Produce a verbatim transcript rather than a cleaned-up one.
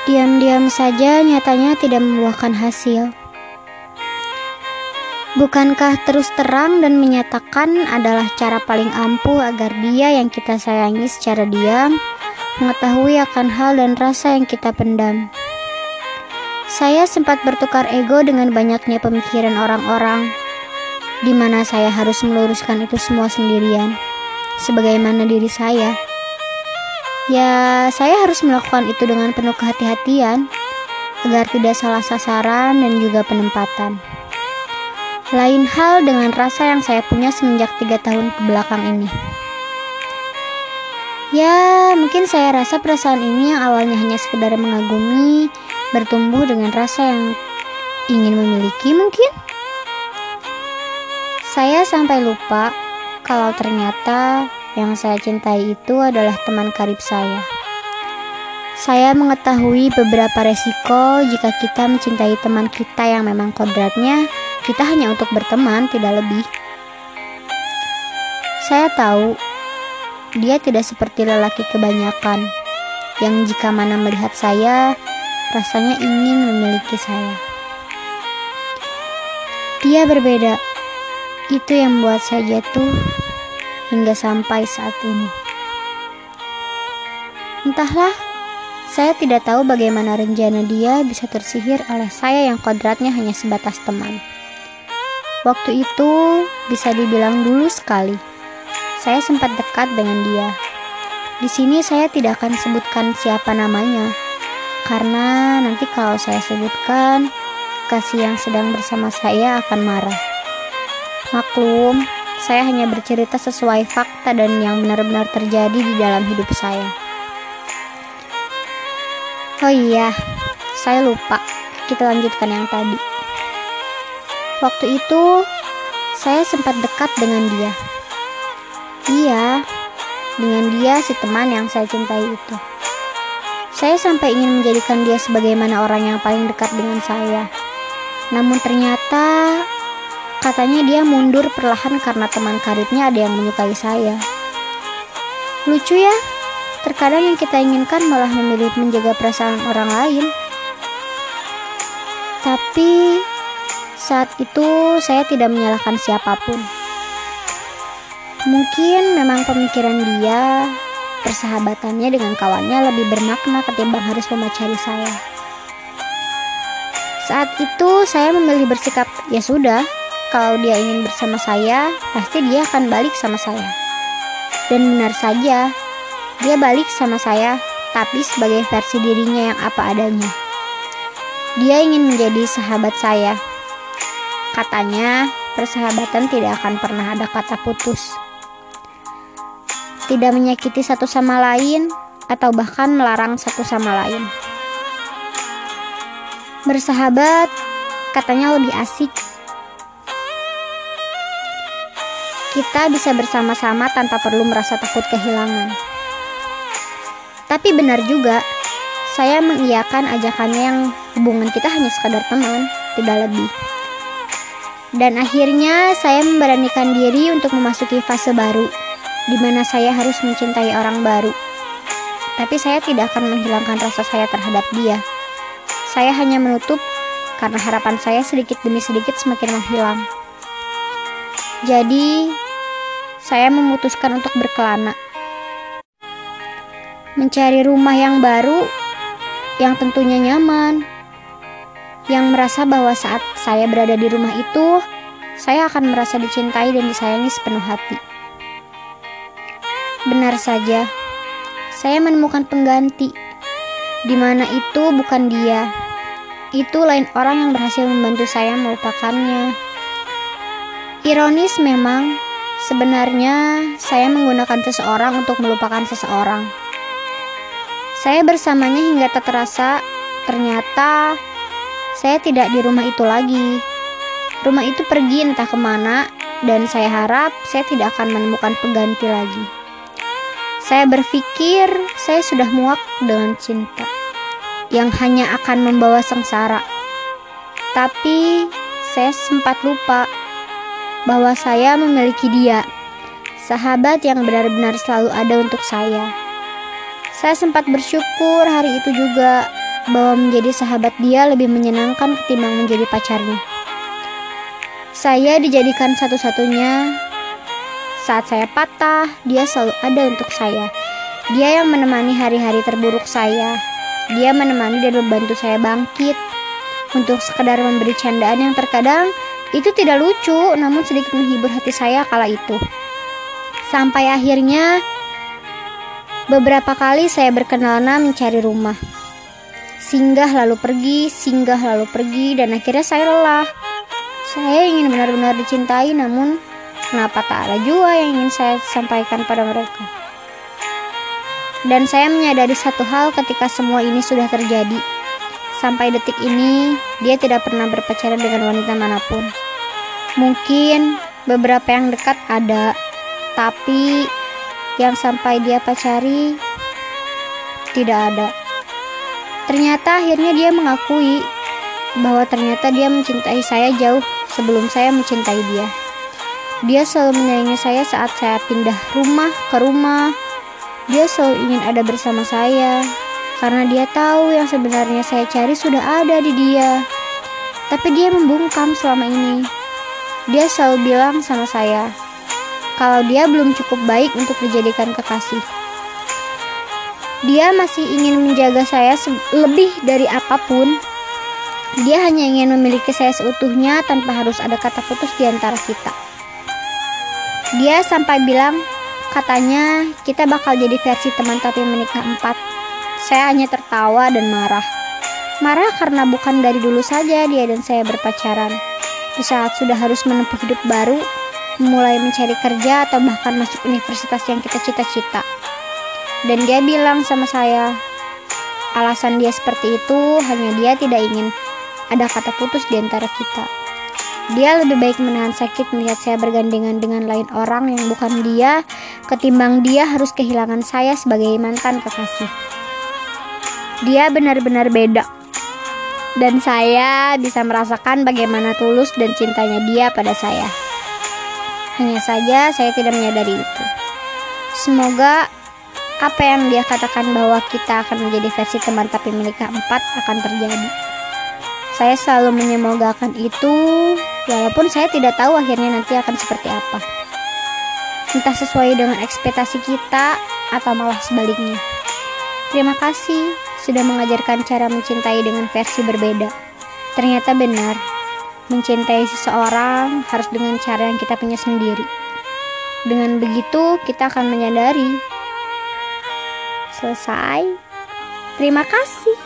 Diam-diam saja nyatanya tidak membuahkan hasil. Bukankah terus terang dan menyatakan adalah cara paling ampuh agar dia yang kita sayangi secara diam mengetahui akan hal dan rasa yang kita pendam? Saya sempat bertukar ego dengan banyaknya pemikiran orang-orang, di mana saya harus meluruskan itu semua sendirian, sebagaimana diri saya. Ya, saya harus melakukan itu dengan penuh kehati-hatian, agar tidak salah sasaran dan juga penempatan. Lain hal dengan rasa yang saya punya semenjak tiga tahun ke belakang ini. Ya, mungkin saya rasa perasaan ini yang awalnya hanya sekedar mengagumi, bertumbuh dengan rasa yang ingin memiliki mungkin. Saya sampai lupa kalau ternyata yang saya cintai itu adalah teman karib saya. Saya mengetahui beberapa resiko jika kita mencintai teman kita yang memang kodratnya kita hanya untuk berteman, tidak lebih. Saya tahu dia tidak seperti lelaki kebanyakan yang jika mana melihat saya rasanya ingin memiliki saya. Dia berbeda. Itu yang membuat saya jatuh hingga sampai saat ini. Entahlah, saya tidak tahu bagaimana rencana dia bisa tersihir oleh saya yang kodratnya hanya sebatas teman. Waktu itu bisa dibilang dulu sekali. Saya sempat dekat dengan dia. Di sini saya tidak akan sebutkan siapa namanya, karena nanti kalau saya sebutkan, kekasih yang sedang bersama saya akan marah. Maklum, saya hanya bercerita sesuai fakta dan yang benar-benar terjadi di dalam hidup saya. Oh iya, saya lupa. Kita lanjutkan yang tadi. Waktu itu, saya sempat dekat dengan dia. Iya, dengan dia si teman yang saya cintai itu. Saya sampai ingin menjadikan dia sebagaimana orang yang paling dekat dengan saya. Namun ternyata katanya dia mundur perlahan karena teman karibnya ada yang menyukai saya. Lucu ya, terkadang yang kita inginkan malah memilih menjaga perasaan orang lain. Tapi saat itu saya tidak menyalahkan siapapun. Mungkin memang pemikiran dia, persahabatannya dengan kawannya lebih bermakna ketimbang harus memacari saya. Saat itu saya memilih bersikap, ya sudah, kalau dia ingin bersama saya, pasti dia akan balik sama saya. Dan benar saja, dia balik sama saya, tapi sebagai versi dirinya yang apa adanya. Dia ingin menjadi sahabat saya. Katanya, persahabatan tidak akan pernah ada kata putus. Tidak menyakiti satu sama lain, atau bahkan melarang satu sama lain. Bersahabat, katanya lebih asik. Kita bisa bersama-sama tanpa perlu merasa takut kehilangan. Tapi benar juga, saya mengiyakan ajakannya yang hubungan kita hanya sekadar teman, tidak lebih. Dan akhirnya saya memberanikan diri untuk memasuki fase baru, di mana saya harus mencintai orang baru. Tapi saya tidak akan menghilangkan rasa saya terhadap dia. Saya hanya menutup karena harapan saya sedikit demi sedikit semakin menghilang. Jadi, saya memutuskan untuk berkelana. Mencari rumah yang baru, yang tentunya nyaman. Yang merasa bahwa saat saya berada di rumah itu, saya akan merasa dicintai dan disayangi sepenuh hati. Benar saja, saya menemukan pengganti, di mana itu bukan dia. Itu lain orang yang berhasil membantu saya melupakannya. Ironis memang, sebenarnya saya menggunakan seseorang untuk melupakan seseorang. Saya bersamanya hingga tak terasa, ternyata saya tidak di rumah itu lagi. Rumah itu pergi entah kemana, dan saya harap saya tidak akan menemukan pengganti lagi. Saya berpikir saya sudah muak dengan cinta yang hanya akan membawa sengsara. Tapi saya sempat lupa bahwa saya memiliki dia, sahabat yang benar-benar selalu ada untuk saya. Saya sempat bersyukur hari itu juga bahwa menjadi sahabat dia lebih menyenangkan ketimbang menjadi pacarnya. Saya dijadikan satu-satunya. Saat saya patah, dia selalu ada untuk saya. Dia yang menemani hari-hari terburuk saya. Dia menemani dan membantu saya bangkit. Untuk sekedar memberi candaan yang terkadang itu tidak lucu, namun sedikit menghibur hati saya kala itu. Sampai akhirnya beberapa kali saya berkelana mencari rumah. Singgah lalu pergi, singgah lalu pergi, dan akhirnya saya lelah. Saya ingin benar-benar dicintai, namun kenapa tak ada jua yang ingin saya sampaikan pada mereka. Dan saya menyadari satu hal ketika semua ini sudah terjadi. Sampai detik ini, dia tidak pernah berpacaran dengan wanita manapun. Mungkin beberapa yang dekat ada, tapi yang sampai dia pacari tidak ada. Ternyata akhirnya dia mengakui bahwa ternyata dia mencintai saya jauh sebelum saya mencintai dia. Dia selalu menyayangi saya saat saya pindah rumah ke rumah. Dia selalu ingin ada bersama saya karena dia tahu yang sebenarnya saya cari sudah ada di dia. Tapi dia membungkam selama ini. Dia selalu bilang sama saya kalau dia belum cukup baik untuk dijadikan kekasih. Dia masih ingin menjaga saya lebih dari apapun. Dia hanya ingin memiliki saya seutuhnya tanpa harus ada kata putus di antara kita. Dia sampai bilang, katanya kita bakal jadi versi teman tapi menikah empat. Saya hanya tertawa dan marah. Marah karena bukan dari dulu saja dia dan saya berpacaran. Di saat sudah harus menempuh hidup baru, mulai mencari kerja atau bahkan masuk universitas yang kita cita-cita. Dan dia bilang sama saya, alasan dia seperti itu hanya dia tidak ingin ada kata putus di antara kita. Dia lebih baik menahan sakit melihat saya bergandengan dengan lain orang yang bukan dia, ketimbang dia harus kehilangan saya sebagai mantan kekasih. Dia benar-benar beda. Dan saya bisa merasakan bagaimana tulus dan cintanya dia pada saya. Hanya saja saya tidak menyadari itu. Semoga apa yang dia katakan bahwa kita akan menjadi versi teman tapi menikah empat akan terjadi. Saya selalu menyemogakan itu, walaupun saya tidak tahu akhirnya nanti akan seperti apa. Entah sesuai dengan ekspektasi kita atau malah sebaliknya. Terima kasih sudah mengajarkan cara mencintai dengan versi berbeda. Ternyata benar, mencintai seseorang harus dengan cara yang kita punya sendiri. Dengan begitu kita akan menyadari. Selesai. Terima kasih.